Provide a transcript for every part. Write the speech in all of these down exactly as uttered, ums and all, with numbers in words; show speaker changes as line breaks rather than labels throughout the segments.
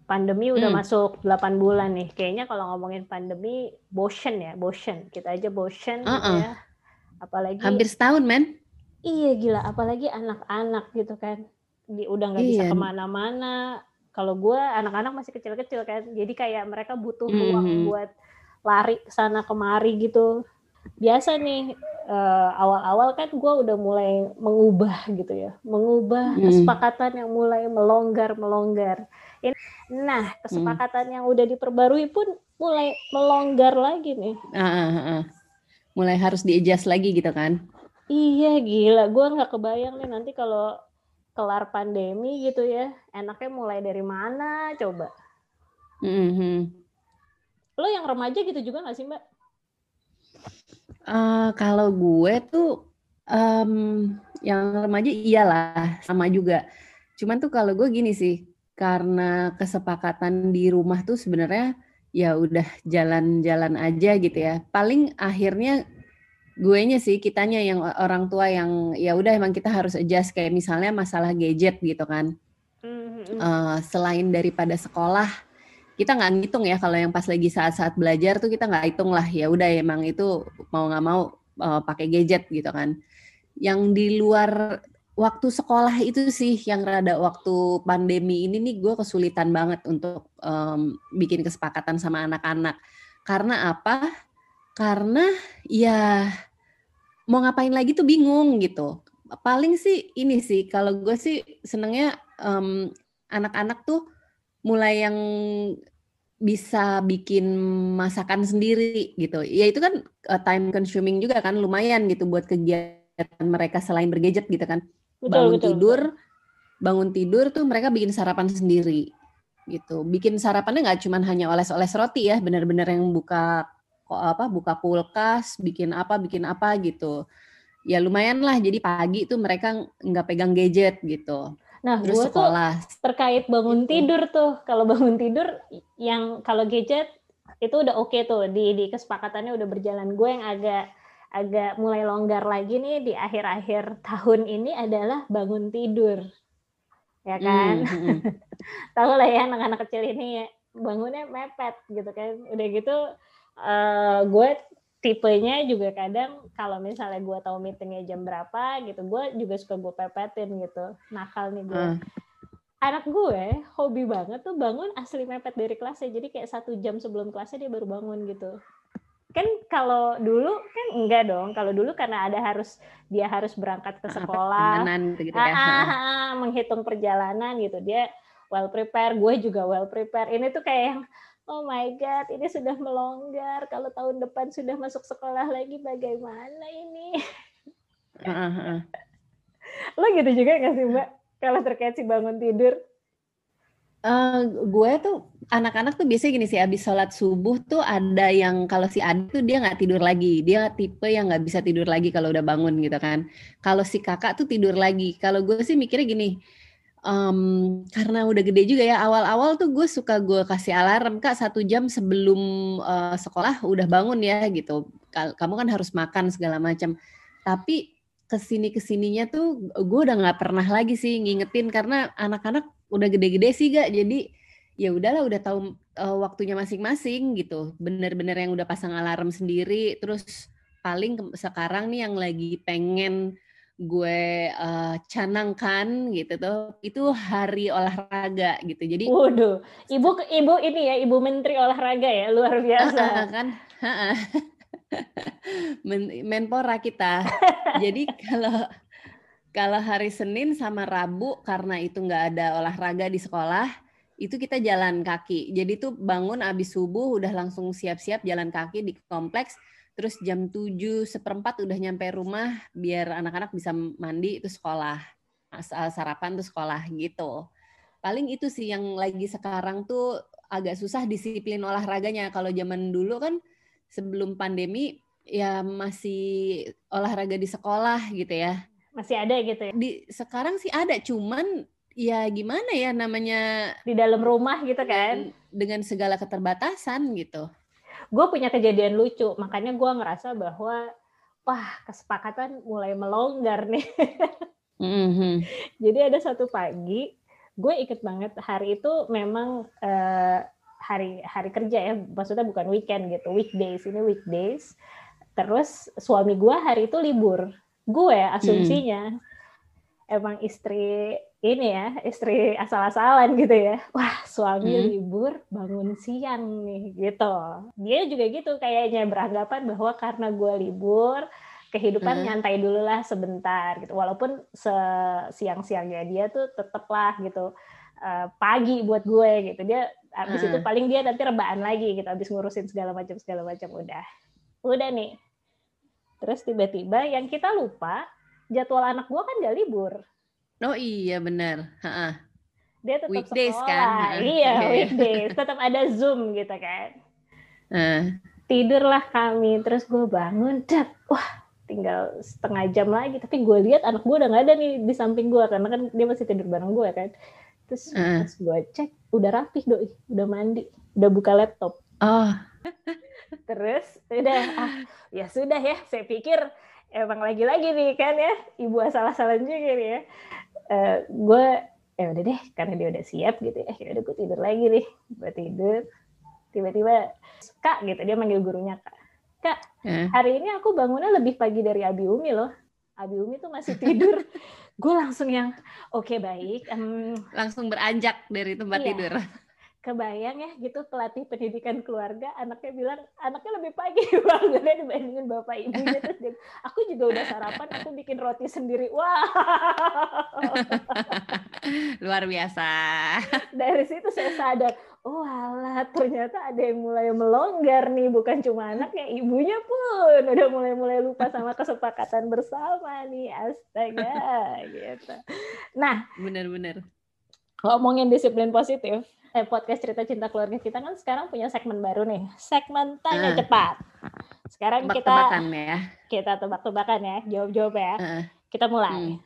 Pandemi udah
Hmm.
masuk delapan bulan nih. Kayaknya kalau ngomongin pandemi, bosen ya, bosen. Kita aja bosen gitu
Uh-uh.
ya. Apalagi,
Hampir setahun, men.
iya gila, apalagi anak-anak gitu kan. Di, udah nggak bisa
Iya.
kemana-mana. Kalau gue, anak-anak masih kecil-kecil kan. Jadi kayak mereka butuh ruang
Mhm.
buat lari sana kemari gitu. Biasa nih, uh, awal-awal kan gue udah mulai mengubah gitu ya. Mengubah
Mhm.
kesepakatan yang mulai melonggar-melonggar. Nah,
Mhm.
kesepakatan yang udah diperbarui pun mulai melonggar lagi nih.
Uh-uh. Uh-uh. Mulai harus di-adjust lagi gitu kan.
Iya gila, gue gak kebayang nih nanti kalau kelar pandemi gitu ya, enaknya mulai dari mana coba.
Mhm.
Lo yang remaja gitu juga gak sih Mbak?
Uh, kalau gue tuh um, yang remaja iyalah sama juga. Cuman tuh kalau gue gini sih, karena kesepakatan di rumah tuh sebenarnya ya udah jalan-jalan aja gitu ya. Paling akhirnya guenya sih, kitanya yang orang tua yang ya udah emang kita harus adjust, kayak misalnya masalah gadget gitu kan.
Mm-hmm.
Uh, selain daripada sekolah, kita nggak ngitung ya kalau yang pas lagi saat-saat belajar tuh kita nggak hitung lah, ya udah emang itu mau nggak mau uh, pakai gadget gitu kan. Yang di luar waktu sekolah itu sih yang rada waktu pandemi ini nih gue kesulitan banget untuk um, bikin kesepakatan sama anak-anak. Karena apa? Karena ya mau ngapain lagi tuh bingung gitu. Paling sih ini sih kalau gue sih senengnya um, anak-anak tuh mulai yang bisa bikin masakan sendiri gitu. Ya itu kan uh, time consuming juga kan, lumayan gitu buat kegiatan mereka selain bergadget gitu kan.
Betul,
Bangun
betul, betul.
tidur, bangun tidur tuh mereka bikin sarapan sendiri gitu. Bikin sarapannya nggak cuma hanya oles-oles roti ya, benar-benar yang buka kok apa buka kulkas, bikin apa bikin apa gitu. Ya lumayan lah, jadi pagi tuh mereka nggak pegang gadget gitu.
Nah,
Terus
gue tuh
sekolah
terkait bangun
gitu.
tidur tuh. Kalau bangun tidur, yang kalau gadget itu udah oke okay tuh. Di, di kesepakatannya udah berjalan. Gue yang agak agak mulai longgar lagi nih di akhir-akhir tahun ini adalah bangun tidur. Ya kan?
Hmm, hmm.
Tahu lah ya anak-anak kecil ini ya, bangunnya mepet gitu kan. Udah gitu, uh, gue tipenya juga kadang kalau misalnya gue tahu meetingnya jam berapa gitu, gue juga suka gue pepetin gitu. Nakal nih gue.
Uh.
Anak gue hobi banget tuh bangun asli mepet dari kelasnya. Jadi kayak satu jam sebelum kelasnya dia baru bangun gitu. Kan kalau dulu kan enggak dong. Kalau dulu karena ada harus dia harus berangkat ke sekolah,
Perjalanan gitu
ah,
ya.
ah, ah, menghitung perjalanan gitu. Dia well prepare, gue juga well prepare. Ini tuh kayak yang oh my god, ini sudah melonggar. Kalau tahun depan sudah masuk sekolah lagi bagaimana ini?
Uh-uh.
Lo gitu juga nggak sih Mbak? Kalau terkait si bangun tidur?
Uh, gue tuh anak-anak tuh biasanya gini sih, abis sholat subuh tuh ada yang kalau si adik tuh dia nggak tidur lagi, dia tipe yang nggak bisa tidur lagi kalau udah bangun gitu kan. Kalau si kakak tuh tidur lagi. Kalau gue sih mikirnya gini, um, karena udah gede juga ya, awal-awal tuh gue suka gue kasih alarm, Kak, satu jam sebelum uh, sekolah udah bangun ya gitu. Kamu kan harus makan segala macam. Tapi kesini kesininya tuh gue udah nggak pernah lagi sih ngingetin, karena anak-anak udah gede-gede sih gak, jadi ya udahlah udah tahu uh, waktunya masing-masing gitu, bener-bener yang udah pasang alarm sendiri. Terus paling ke- sekarang nih yang lagi pengen gue uh, canangkan gitu tuh, itu hari olahraga gitu. Jadi
waduh, ibu ibu ini ya, ibu menteri olahraga ya, luar biasa.
uh, uh, kan uh, uh. Men- Menpora kita. Jadi kalau kalau hari Senin sama Rabu karena itu nggak ada olahraga di sekolah, itu kita jalan kaki. Jadi tuh bangun abis subuh udah langsung siap-siap jalan kaki di kompleks. Terus jam tujuh seperempat udah nyampe rumah biar anak-anak bisa mandi itu sekolah. Sarapan tuh sekolah gitu. Paling itu sih yang lagi sekarang tuh agak susah disiplin olahraganya. Kalau zaman dulu kan sebelum pandemi ya masih olahraga di sekolah gitu ya.
Masih ada gitu ya?
Di sekarang sih ada, cuman ya gimana ya namanya,
Di dalam rumah gitu kan?
dengan dengan segala keterbatasan gitu.
Gue punya kejadian lucu, makanya gue ngerasa bahwa wah kesepakatan mulai melonggar nih.
Mm-hmm.
Jadi ada satu pagi, gue inget banget hari itu memang uh, hari hari kerja ya, maksudnya bukan weekend gitu, weekdays, ini weekdays. Terus suami gue hari itu libur. Gue asumsinya hmm. emang istri ini ya, istri asal-asalan gitu ya. Wah, suami hmm. libur bangun siang nih gitu. Dia juga gitu kayaknya beranggapan bahwa karena gue libur, kehidupan hmm. nyantai dulu lah sebentar gitu. Walaupun siang-siangnya dia tuh tetep lah gitu uh, pagi buat gue gitu. Dia abis hmm. itu paling dia nanti rebaan lagi gitu, abis ngurusin segala macam segala macam udah. Udah nih. Terus tiba-tiba yang kita lupa, jadwal anak gue kan gak libur.
Oh iya benar. Ha-ha.
Dia tetap
weekdays
sekolah.
Kan?
Iya, weekdays. Tetap ada Zoom gitu kan.
Uh.
Tidurlah kami, terus gue bangun, dak, wah tinggal setengah jam lagi. Tapi gue lihat anak gue udah gak ada nih di samping gue, karena kan dia masih tidur bareng gue kan. Terus uh. pas gue cek, udah rapih doi, udah mandi, udah buka laptop.
Oh.
Terus udah, ah ya sudah ya, saya pikir emang lagi-lagi nih kan ya, ibu asal-asalan juga nih ya. Uh, gue ya udah deh, karena dia udah siap gitu ya, ya udah gue tidur lagi nih, gue tidur. Tiba-tiba Kak gitu, dia manggil gurunya Kak. Kak, eh. hari ini aku bangunnya lebih pagi dari Abi Umi loh. Abi Umi tuh masih tidur. Gue langsung yang oke okay, baik. Um,
langsung beranjak dari tempat iya. tidur.
Kebayang ya gitu, pelatih pendidikan keluarga, anaknya bilang anaknya lebih pagi bangunnya dibandingin bapak ibunya. Terus dia, aku juga udah sarapan, aku bikin roti sendiri. Wah,
luar biasa.
Dari situ saya sadar, oh alah, ternyata ada yang mulai melonggar nih, bukan cuma anaknya, ibunya pun udah mulai-mulai lupa sama kesepakatan bersama nih, astaga gitu. Nah,
benar-benar
ngomongin disiplin positif, eh, podcast Cerita Cinta Keluarga kita kan sekarang punya segmen baru nih, segmen Tanya uh, Cepat. Sekarang kita
ya.
kita tebak-tebakan ya, jawab-jawab ya. Uh, kita mulai. Hmm.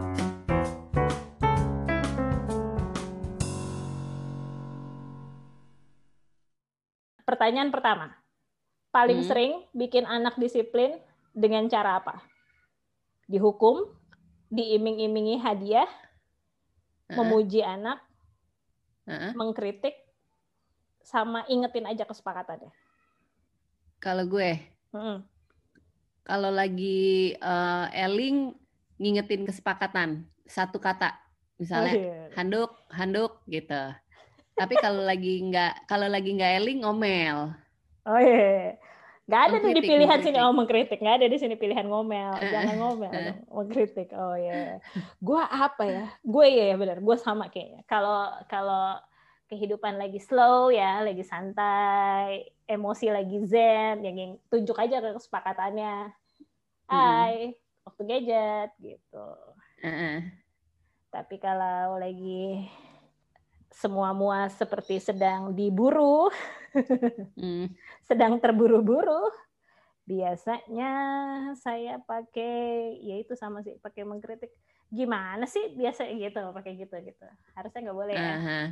Pertanyaan pertama, paling hmm. sering bikin anak disiplin dengan cara apa? Dihukum, diiming-imingi hadiah, uh, memuji anak, uh, mengkritik, sama ingetin aja kesepakatannya.
Kalau gue, hmm. kalau lagi uh, Eling ngingetin kesepakatan satu kata, misalnya oh, iya. handuk, handuk gitu. Tapi kalau lagi nggak, kalau lagi nggak Eling ngomel.
Oh iya, nggak ada nih di pilihan sini oh mengkritik, nggak ada di sini pilihan ngomel, jangan ngomel dong, mengkritik. Oh iya, gue apa ya? Gue ya, ya benar, gue sama kayaknya. Kalau kalau kehidupan lagi slow ya, lagi santai, emosi lagi zen, yang tunjuk aja ke kesepakatannya. Hai, hmm. waktu gadget gitu. Uh-uh. Tapi kalau lagi semua mua seperti sedang diburu, hmm. sedang terburu-buru, biasanya saya pakai, ya itu sama sih, pakai mengkritik. Gimana sih biasa gitu, pakai gitu gitu. Harusnya nggak boleh ya.
Uh-huh.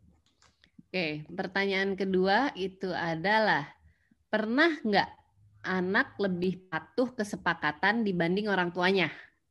Oke, pertanyaan kedua itu adalah, pernah nggak anak lebih patuh kesepakatan dibanding orang tuanya?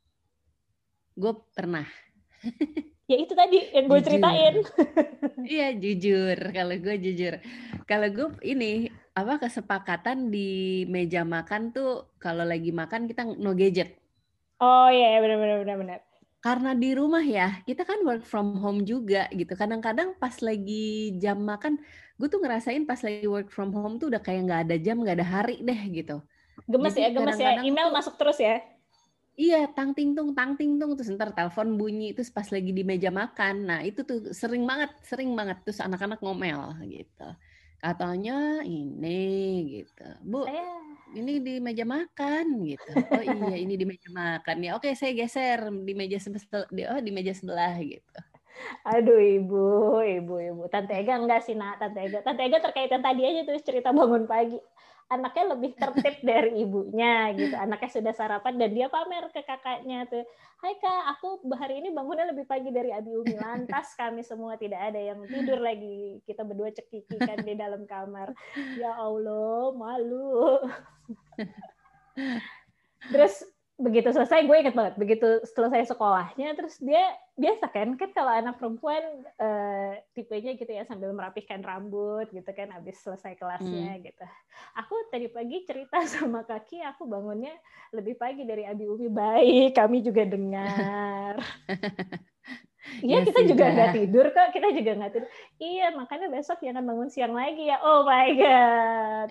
Gue pernah.
Ya itu tadi yang gue ceritain.
Iya jujur, kalau gue jujur. Kalau gue ini, apa kesepakatan di meja makan tuh, kalau lagi makan kita no gadget.
Oh iya, benar-benar benar-benar.
Karena di rumah ya, kita kan work from home juga gitu. Kadang-kadang pas lagi jam makan, gue tuh ngerasain pas lagi work from home tuh udah kayak nggak ada jam, nggak ada hari deh gitu.
Gemes Jadi, ya, gemes ya. Email tuh, masuk terus ya.
Iya, tang ting tung, tang ting tung, terus ntar telepon bunyi, terus pas lagi di meja makan. Nah itu tuh sering banget, sering banget. Terus anak-anak ngomel gitu. Katanya ini gitu, Bu. Saya... ini di meja makan gitu. Oh iya ini di meja makan ya. Oke saya geser di meja sebelah, oh di meja sebelah gitu.
Aduh ibu, ibu, ibu. Tante Ega enggak sih nak, Tante Ega. Tante Ega terkaitan tadi aja tuh cerita bangun pagi. Anaknya lebih tertib dari ibunya gitu. Anaknya sudah sarapan dan dia pamer ke kakaknya tuh. Hai kak, aku hari ini bangunnya lebih pagi dari Abi Umi. Lantas kami semua tidak ada yang tidur lagi. Kita berdua cekikikan di dalam kamar. Ya Allah, malu. Terus begitu selesai gue inget banget, begitu selesai sekolahnya terus dia biasa kan kan kalau anak perempuan uh, tipenya gitu ya sambil merapihkan rambut gitu kan habis selesai kelasnya hmm. gitu. Aku tadi pagi cerita sama Kaki aku bangunnya lebih pagi dari Abi Umi, baik kami juga dengar. Iya, ya kita sudah. Juga nggak tidur kok, kita juga nggak tidur. Iya, makanya besok jangan bangun siang lagi ya. Oh my god.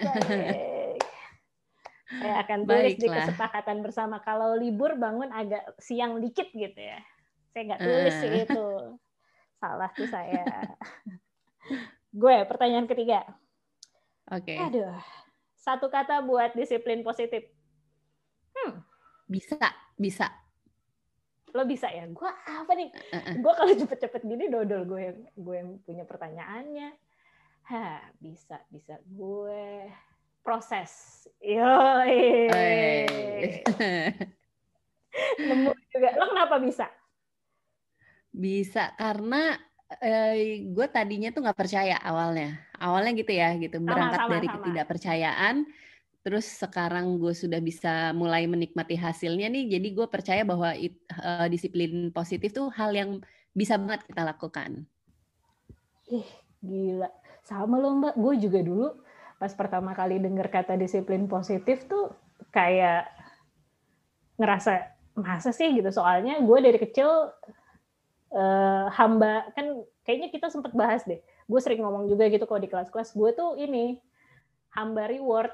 Saya akan tulis Baiklah. Di kesepakatan bersama kalau libur bangun agak siang dikit gitu ya. Saya nggak tulis uh. sih itu. Salah tuh saya. Gue pertanyaan ketiga.
Oke. Okay.
Aduh. Satu kata buat disiplin positif. Hmm.
Bisa, bisa.
Lo bisa ya? Gue apa nih? Uh-uh. Gue kalau cepet-cepet gini dodol gue yang gue yang punya pertanyaannya. Hah, bisa, bisa gue proses. Yoi. Nemu juga. Lo kenapa bisa?
Bisa karena eh, gue tadinya tuh nggak percaya awalnya. Awalnya gitu ya, gitu. Berangkat sama, sama, dari sama. ketidakpercayaan. Terus sekarang gue sudah bisa mulai menikmati hasilnya nih. Jadi gue percaya bahwa it, uh, disiplin positif tuh hal yang bisa banget kita lakukan.
Ih, gila. Sama lo Mbak. Gue juga dulu pas pertama kali dengar kata disiplin positif tuh kayak ngerasa masa sih gitu. Soalnya gue dari kecil uh, hamba, kan kayaknya kita sempat bahas deh. Gue sering ngomong juga gitu kalau di kelas-kelas. Gue tuh ini hamba reward.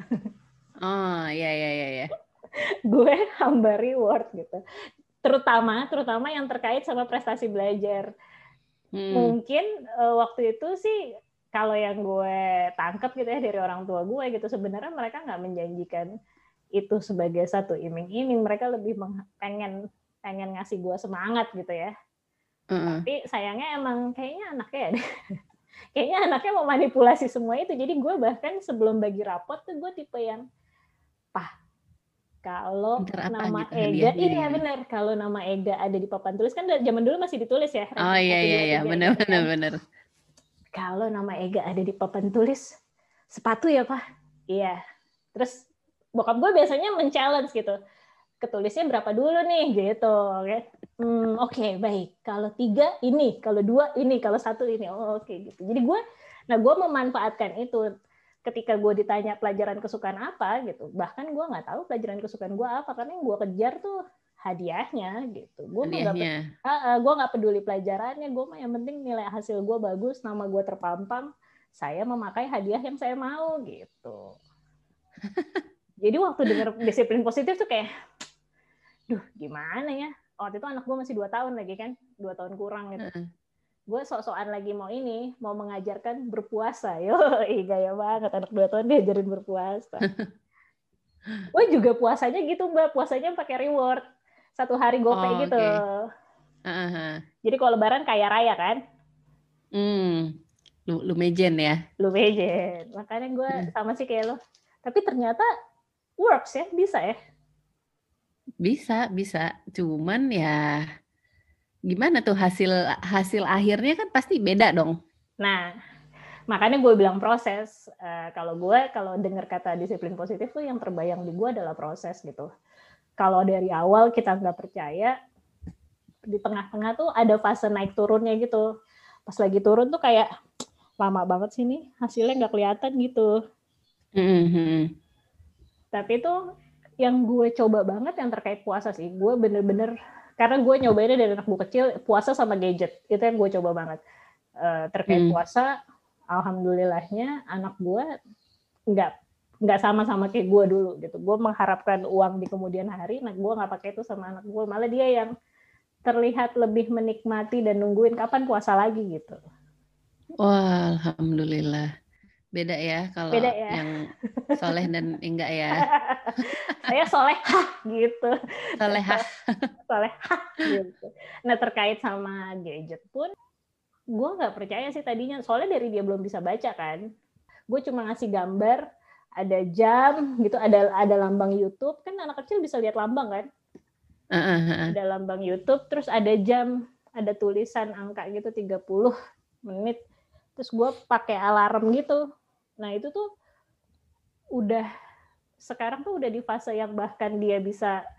Oh, iya iya iya iya.
Gue hamba reward gitu. Terutama terutama yang terkait sama prestasi belajar. Hmm. Mungkin uh, waktu itu sih kalau yang gue tangkap gitu ya dari orang tua gue gitu, sebenarnya mereka nggak menjanjikan itu sebagai satu iming-iming. Mereka lebih pengen pengen ngasih gue semangat gitu ya. Uh-uh. Tapi sayangnya emang kayaknya anaknya ya deh. Kayaknya anaknya mau manipulasi semua itu. Jadi gue bahkan sebelum bagi rapot tuh gue tipe yang, Pah, kalau nama gitu, Ega, iya benar. Kalau nama Ega ada di papan tulis, kan zaman dulu masih ditulis ya.
Oh iya iya iya, benar benar benar.
Kalau nama Ega ada di papan tulis, sepatu ya Pak? Iya. Terus bokap gue biasanya men-challenge gitu. Ketulisnya berapa dulu nih gitu. Hmm, oke okay, baik. Kalau tiga ini, kalau dua ini, kalau satu ini. Oh oke okay, gitu. Jadi gue, nah gue memanfaatkan itu. Ketika gue ditanya pelajaran kesukaan apa gitu, bahkan gue nggak tahu pelajaran kesukaan gue apa, karena yang gue kejar tuh hadiahnya gitu. Gue nggak uh, gue nggak peduli pelajarannya, gue mah yang penting nilai hasil gue bagus, nama gue terpampang, saya memakai hadiah yang saya mau gitu. Jadi waktu dengar disiplin positif tuh kayak, duh gimana ya? Waktu itu anak gue masih dua tahun lagi kan, dua tahun kurang gitu. Uh-uh. Gue sok-sokan lagi mau ini, mau mengajarkan berpuasa. Yoi, gaya banget anak dua tahun diajarin berpuasa. Gue juga puasanya gitu Mbak, puasanya pakai reward. Satu hari GoPay oh, gitu. Okay. Uh-huh. Jadi kalau lebaran kaya raya kan?
Hmm, lu, lu mejen ya?
Lu mejen. Makanya gue uh. sama sih kayak lo. Tapi ternyata works ya, bisa ya?
Bisa, bisa. Cuman ya gimana tuh hasil hasil akhirnya kan pasti beda dong.
Nah, makanya gue bilang proses. Uh, kalau gue kalau dengar kata disiplin positif tuh yang terbayang di gue adalah proses gitu. Kalau dari awal kita nggak percaya, di tengah-tengah tuh ada fase naik turunnya gitu. Pas lagi turun tuh kayak lama banget sih nih hasilnya nggak kelihatan gitu.
Mm-hmm.
Tapi tuh yang gue coba banget yang terkait puasa sih. Gue bener-bener karena gue nyobainnya dari anak gue kecil, puasa sama gadget. Itu yang gue coba banget. Uh, terkait hmm. puasa, alhamdulillahnya anak gue nggak nggak sama-sama kayak gue dulu gitu. Gue mengharapkan uang di kemudian hari, nah gue nggak pakai itu sama anak gue. Malah dia yang terlihat lebih menikmati dan nungguin kapan puasa lagi gitu.
Wah, alhamdulillah. Beda ya kalau Beda ya. Yang soleh dan enggak ya.
Saya solehah gitu.
Solehah.
Solehah gitu. Nah terkait sama gadget pun, gue nggak percaya sih tadinya. Soalnya dari dia belum bisa baca kan. Gue cuma ngasih gambar, ada jam gitu, ada ada lambang YouTube. Kan anak kecil bisa lihat lambang kan. Uh-uh. Ada lambang YouTube, terus ada jam, ada tulisan angka gitu tiga puluh menit. Terus gue pakai alarm gitu. Nah itu tuh udah sekarang tuh udah di fase yang bahkan dia bisa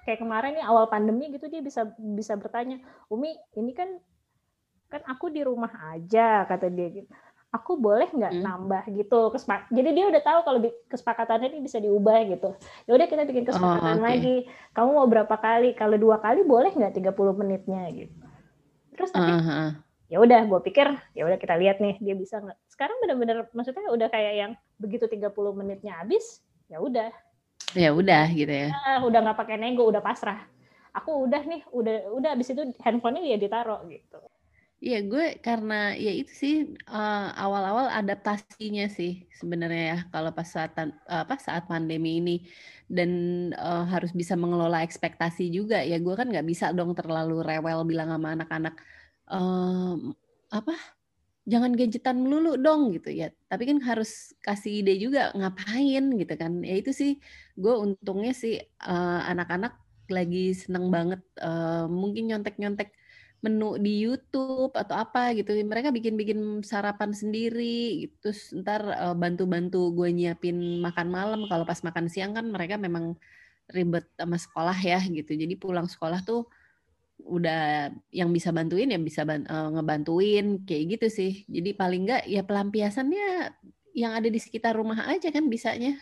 kayak kemarin nih awal pandemi gitu dia bisa bisa bertanya, Umi ini kan kan aku di rumah aja kata dia gitu. Aku boleh nggak hmm. nambah gitu kesepakatan. Jadi dia udah tahu kalau kesepakatannya ini bisa diubah gitu. Ya udah kita bikin kesepakatan oh, okay. lagi. Kamu mau berapa kali? Kalau dua kali boleh nggak tiga puluh menitnya gitu. Terus tapi uh-huh. ya udah gue pikir ya udah kita lihat nih dia bisa nggak. Sekarang benar-benar maksudnya udah kayak yang begitu tiga puluh menitnya habis, ya udah.
Ya udah gitu ya.
Nah, udah nggak pakai nego, udah pasrah. Aku udah nih, udah udah habis itu handphonenya dia ditaruh gitu.
Iya, gue karena ya itu sih uh, awal-awal adaptasinya sih sebenarnya ya kalau pas saat apa saat pandemi ini dan uh, harus bisa mengelola ekspektasi juga ya. Gue kan nggak bisa dong terlalu rewel bilang sama anak-anak uh, apa jangan gadgetan melulu dong gitu ya. Tapi kan harus kasih ide juga ngapain gitu kan. Ya itu sih gue untungnya sih uh, anak-anak lagi seneng banget uh, mungkin nyontek-nyontek menu di YouTube atau apa gitu. Mereka bikin-bikin sarapan sendiri gitu. Terus ntar uh, bantu-bantu gue nyiapin makan malam. Kalau pas makan siang kan mereka memang ribet sama sekolah ya gitu. Jadi pulang sekolah tuh udah yang bisa bantuin ya bisa ban- uh, ngebantuin kayak gitu sih. Jadi paling enggak ya pelampiasannya yang ada di sekitar rumah aja kan bisanya.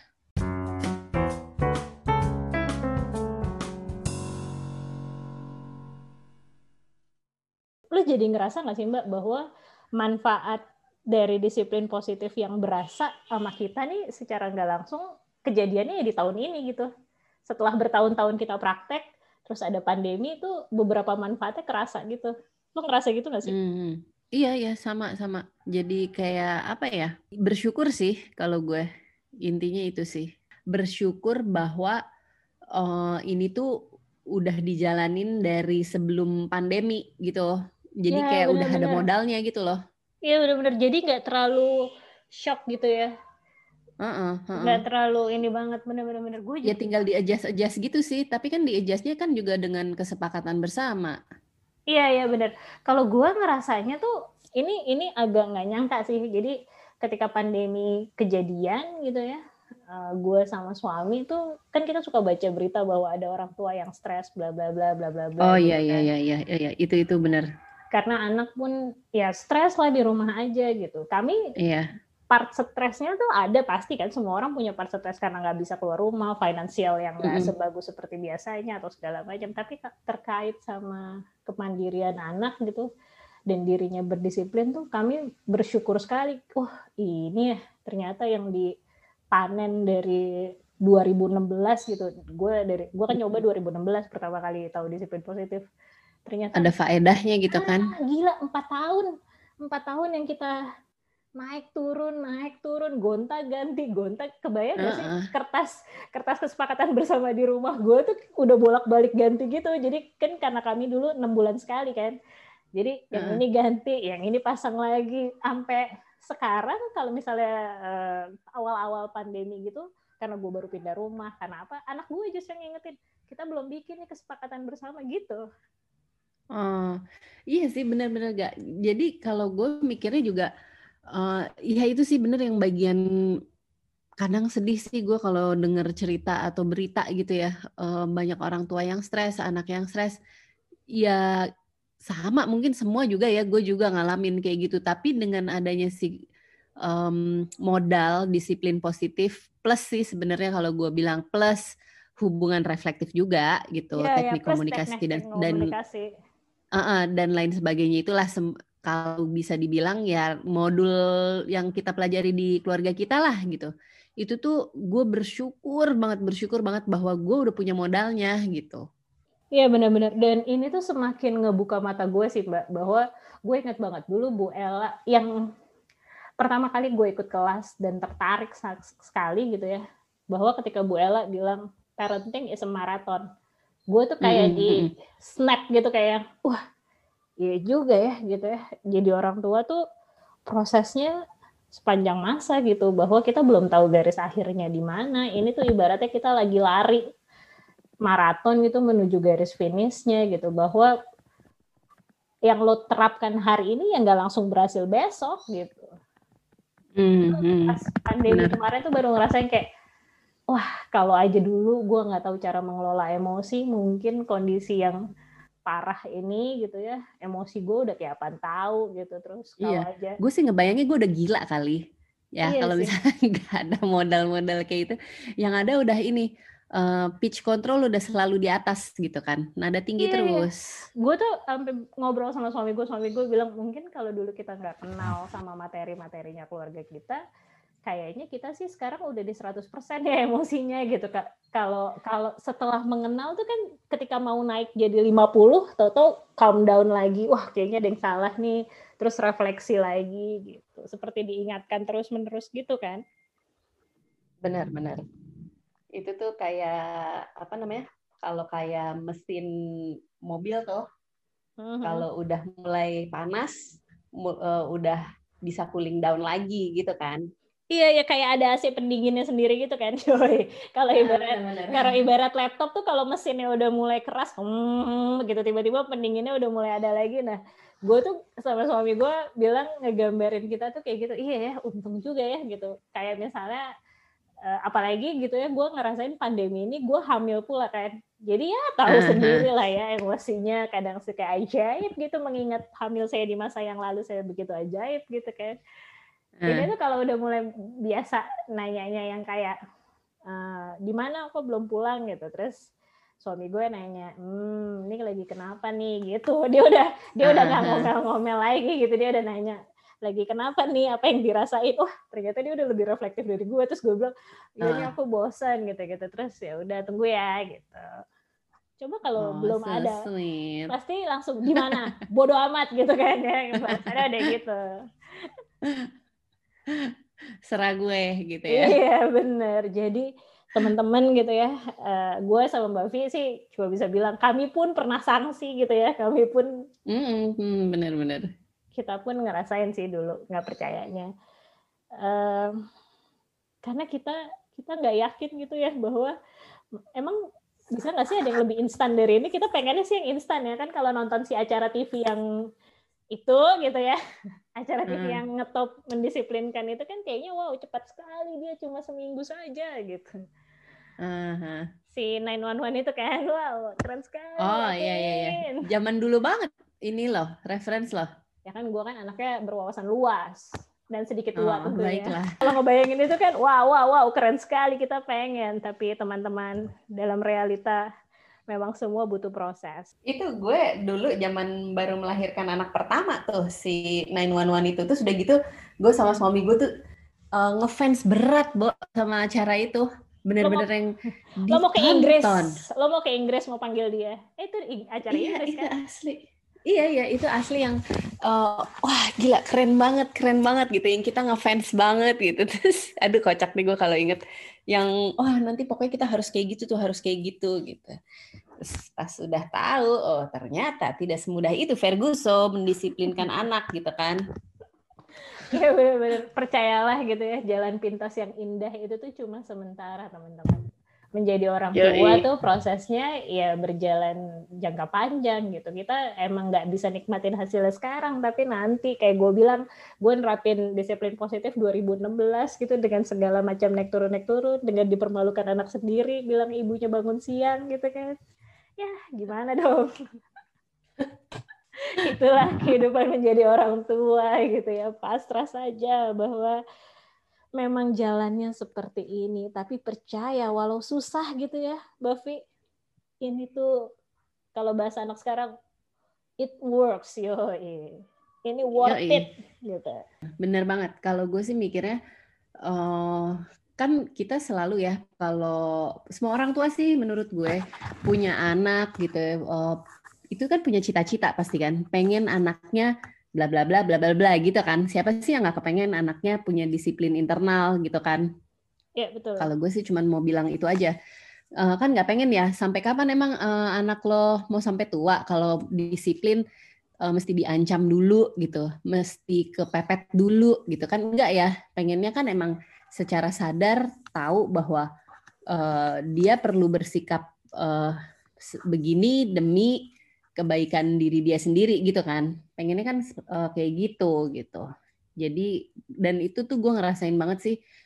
Lu jadi ngerasa nggak sih Mbak bahwa manfaat dari disiplin positif yang berasa sama kita nih secara nggak langsung kejadiannya ya di tahun ini gitu. Setelah bertahun-tahun kita praktek, terus ada pandemi itu beberapa manfaatnya kerasa gitu. Lu ngerasa gitu nggak sih?
Hmm, iya ya sama-sama. Jadi kayak apa ya? Bersyukur sih kalau gue intinya itu sih. Bersyukur bahwa uh, ini tuh udah dijalanin dari sebelum pandemi gitu. Jadi ya, kayak bener-bener. Udah ada modalnya gitu loh.
Iya benar-benar. Jadi nggak terlalu shock gitu ya.
Uh-uh, uh-uh.
Nggak terlalu ini banget bener-bener gue
ya tinggal di adjust adjust gitu sih, tapi kan di adjustnya kan juga dengan kesepakatan bersama.
Iya iya benar. Kalau gue ngerasanya tuh ini ini agak nggak nyangka sih. Jadi ketika pandemi kejadian gitu ya, uh, gue sama suami tuh kan kita suka baca berita bahwa ada orang tua yang stres bla bla bla bla bla bla.
Oh gitu iya, kan. iya iya iya iya itu itu benar.
Karena anak pun ya stres lah di rumah aja gitu. Kami iya. Part stresnya tuh ada pasti kan, semua orang punya part stres karena nggak bisa keluar rumah, finansial yang nggak mm-hmm. sebagus seperti biasanya atau segala macam. Tapi terkait sama kemandirian anak gitu dan dirinya berdisiplin tuh kami bersyukur sekali. Wah ini ya ternyata yang dipanen dari dua ribu enam belas gitu. Gue dari gue kan nyoba dua ribu enam belas pertama kali tahu disiplin positif. Ternyata
ada faedahnya gitu kan.
Ah, gila empat tahun empat tahun yang kita naik turun naik turun gonta ganti gonta kebayang nggak sih uh-uh. kertas kertas kesepakatan bersama di rumah gue tuh udah bolak balik ganti gitu. Jadi kan karena kami dulu enam bulan sekali kan, jadi yang uh-uh. ini ganti yang ini pasang lagi sampai sekarang. Kalau misalnya uh, awal-awal pandemi gitu karena gue baru pindah rumah karena apa anak gue justru yang ngingetin kita belum bikin nih kesepakatan bersama gitu.
Oh iya sih benar-benar gak. Jadi kalau gue mikirnya juga Uh, ya itu sih bener yang bagian kadang sedih sih gue kalau denger cerita atau berita gitu ya, uh, banyak orang tua yang stres, anak yang stres. Ya sama mungkin semua juga ya, gue juga ngalamin kayak gitu. Tapi dengan adanya si um, modal disiplin positif plus sih sebenarnya kalau gue bilang plus hubungan reflektif juga gitu, ya, teknik ya, komunikasi dan komunikasi. dan uh, uh, dan lain sebagainya itulah sem- kalau bisa dibilang ya modul yang kita pelajari di keluarga kita lah gitu. Itu tuh gue bersyukur banget, bersyukur banget bahwa gue udah punya modalnya gitu.
Iya benar-benar. Dan ini tuh semakin ngebuka mata gue sih Mbak, bahwa gue ingat banget dulu Bu Ella yang pertama kali gue ikut kelas dan tertarik sekali gitu ya, bahwa ketika Bu Ella bilang parenting is a marathon, gue tuh kayak mm-hmm. di snap gitu kayak, wah iya juga ya gitu ya. Jadi orang tua tuh prosesnya sepanjang masa gitu, bahwa kita belum tahu garis akhirnya di mana. Ini tuh ibaratnya kita lagi lari maraton gitu menuju garis finishnya gitu, bahwa yang lo terapkan hari ini ya nggak langsung berhasil besok gitu. Mm-hmm. Pas pandemi Bener. Kemarin tuh baru ngerasain kayak, wah kalau aja dulu gue nggak tahu cara mengelola emosi, mungkin kondisi yang parah ini gitu ya, emosi gue udah kayak apaan tahu gitu. Terus kalau
Iya,
aja,
gue sih ngebayangnya gue udah gila kali. Ya,
iya
kalau
sih.
misalnya nggak ada modal-modal kayak itu, yang ada udah ini, uh, pitch control udah selalu di atas gitu kan, nada tinggi
Iya, iya.
terus.
Gue tuh sampai ngobrol sama suami gue, suami gue bilang mungkin kalau dulu kita nggak kenal sama materi-materinya keluarga kita, kayaknya kita sih sekarang udah di seratus persen ya emosinya gitu Kak. Kalau kalau setelah mengenal tuh kan ketika mau naik jadi lima puluh, tau-tau calm down lagi, wah kayaknya ada yang salah nih, terus refleksi lagi gitu. Seperti diingatkan terus-menerus gitu kan.
Benar-benar. Itu tuh kayak apa namanya? Kalau kayak mesin mobil tuh,
Mm-hmm.
kalau udah mulai panas, mu- uh, udah bisa cooling down lagi gitu kan.
Iya, ya kayak ada A C pendinginnya sendiri gitu kan, coy. Kalau
Ah,
ibarat
benar-benar.
kalau ibarat laptop tuh kalau mesinnya udah mulai keras, hmm, gitu tiba-tiba pendinginnya udah mulai ada lagi. Nah, gue tuh sama suami gue bilang ngegambarin kita tuh kayak gitu. Iya ya, untung juga ya gitu. Kayak misalnya uh, apalagi gitu ya, gue ngerasain pandemi ini gue hamil pula kan. Jadi ya tahu
Uh-huh.
sendiri lah ya emosinya kadang suka ajaib gitu mengingat hamil saya di masa yang lalu saya begitu ajaib gitu kan. Ini tuh kalau udah mulai biasa nanyanya yang kayak uh, di mana kok belum pulang gitu, terus suami gue nanya, hmm ini lagi kenapa nih gitu, dia udah dia udah nggak ngomel-ngomel lagi gitu, dia udah nanya lagi kenapa nih, apa yang dirasain, wah ternyata dia udah lebih reflektif dari gue, terus gue bilang ya ini aku bosan gitu gitu, terus ya udah tunggu ya gitu. Coba kalau
Oh,
belum
so
ada
sweet.
pasti langsung gimana bodo amat gitu kan ya, bahasanya ada gitu.
Serah gue gitu ya.
Iya bener. Jadi teman-teman gitu ya, uh, gue sama Mbak Vi sih cuma bisa bilang kami pun pernah sanksi gitu ya, kami pun
mm-hmm, benar-benar.
Kita pun ngerasain sih dulu nggak percayanya, uh, karena kita kita nggak yakin gitu ya bahwa emang bisa nggak sih ada yang lebih instan dari ini. Kita pengennya sih yang instan ya kan, kalau nonton si acara T V yang itu gitu ya, acara T V hmm. yang ngetop mendisiplinkan itu kan kayaknya wow cepat sekali, dia cuma seminggu saja gitu. Uh-huh. Si nine one one itu kan wow keren sekali.
Oh iya iya iya. Zaman dulu banget ini loh, reference loh.
Ya kan gue kan anaknya berwawasan luas dan sedikit tua
oh,
tentunya.
Baiklah.
Kalau ngebayangin itu kan wow wow wow keren sekali, kita pengen, tapi teman-teman dalam realita memang semua butuh proses.
Itu gue dulu zaman baru melahirkan anak pertama tuh si nine one one itu tuh sudah gitu gue sama suami gue tuh uh, ngefans berat Bo sama acara itu. Bener-bener yang ditonton.
Lo mau ke Inggris, lo mau ke Inggris mau panggil dia. Eh, itu acara
iya,
Inggris
itu
kan?
asli. Iya iya itu asli yang uh, wah gila keren banget keren banget gitu, yang kita ngefans banget gitu. Terus aduh kocak nih gue kalau inget yang wah oh, nanti pokoknya kita harus kayak gitu tuh harus kayak gitu gitu. Terus pas sudah tahu oh ternyata tidak semudah itu Ferguson mendisiplinkan anak gitu kan.
Iya benar-benar, percayalah gitu ya, jalan pintas yang indah itu tuh cuma sementara teman-teman. Menjadi orang tua Yoi. tuh prosesnya ya berjalan jangka panjang gitu. Kita emang nggak bisa nikmatin hasilnya sekarang, tapi nanti kayak gue bilang, gue nerapin disiplin positif dua ribu enam belas gitu dengan segala macam naik turun naik turun, dengan dipermalukan anak sendiri, bilang ibunya bangun siang gitu kan. Ya gimana dong. Itulah kehidupan menjadi orang tua gitu ya, pasrah saja bahwa memang jalannya seperti ini, tapi percaya walau susah gitu ya Bavi, ini tuh kalau bahasa anak sekarang it works yo, ini worth Yoi. it gitu.
Bener banget, kalau gue sih mikirnya uh, kan kita selalu ya, kalau semua orang tua sih menurut gue punya anak gitu uh, itu kan punya cita-cita pasti kan, pengen anaknya bla bla bla bla bla bla gitu kan. Siapa sih yang nggak kepengen anaknya punya disiplin internal gitu kan?
Iya betul.
Kalau gue sih cuma mau bilang itu aja. Uh, kan nggak pengen ya sampai kapan emang uh, anak lo mau sampai tua kalau disiplin uh, mesti diancam dulu gitu, mesti kepepet dulu gitu kan? Enggak ya. Pengennya kan emang secara sadar tahu bahwa uh, dia perlu bersikap uh, begini demi kebaikan diri dia sendiri gitu kan, pengennya kan uh, kayak gitu gitu. Jadi dan itu tuh gue ngerasain banget sih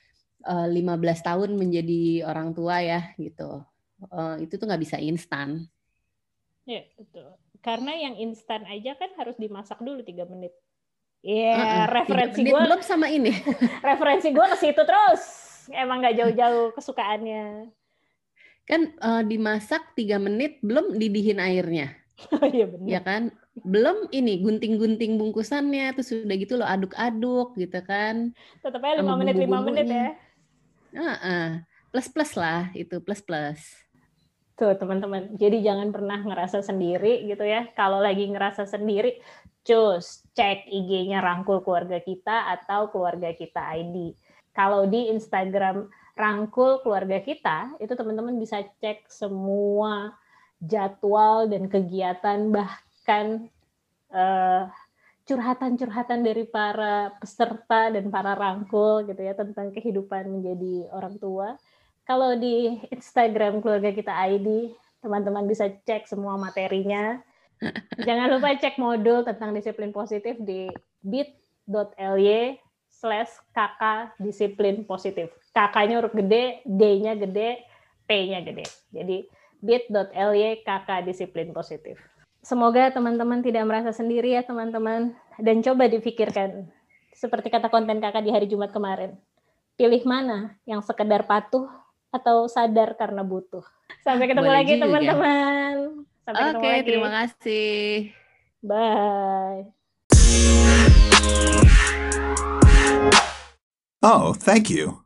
uh, lima belas tahun menjadi orang tua ya gitu. Uh, itu tuh nggak bisa instan.
Ya, betul. Karena yang instan aja kan harus dimasak dulu tiga menit. Iya, yeah,
uh-uh,
referensi gue
belum sama ini.
referensi gue ke situ terus. Emang nggak jauh-jauh kesukaannya.
Kan uh, dimasak tiga menit belum didihin airnya.
Oh iya benar.
Ya kan? Belum ini gunting-gunting bungkusannya, terus udah gitu lo aduk-aduk gitu kan.
Tetap aja lima menit lima menit ya.
Uh-uh. Plus-plus lah itu, plus-plus.
Tuh teman-teman, jadi jangan pernah ngerasa sendiri gitu ya. Kalau lagi ngerasa sendiri, cus cek I G-nya Rangkul Keluarga Kita atau Keluarga Kita I D. Kalau di Instagram Rangkul Keluarga Kita, itu teman-teman bisa cek semua jadwal dan kegiatan, bahkan uh, curhatan-curhatan dari para peserta dan para rangkul gitu ya tentang kehidupan menjadi orang tua. Kalau di Instagram Keluarga Kita I D, teman-teman bisa cek semua materinya. Jangan lupa cek modul tentang disiplin positif di bit.ly slash kakak disiplin positif. Kakaknya huruf gede, D-nya gede, P-nya gede. Jadi bit.ly kakak disiplin positif. Semoga teman-teman tidak merasa sendiri ya teman-teman. Dan coba dipikirkan, seperti kata konten kakak di hari Jumat kemarin. Pilih mana yang sekedar patuh atau sadar karena butuh. Sampai ketemu
Boleh
lagi
juga.
Teman-teman. Sampai
Oke,
ketemu lagi.
Terima kasih.
Bye.
Oh, thank you.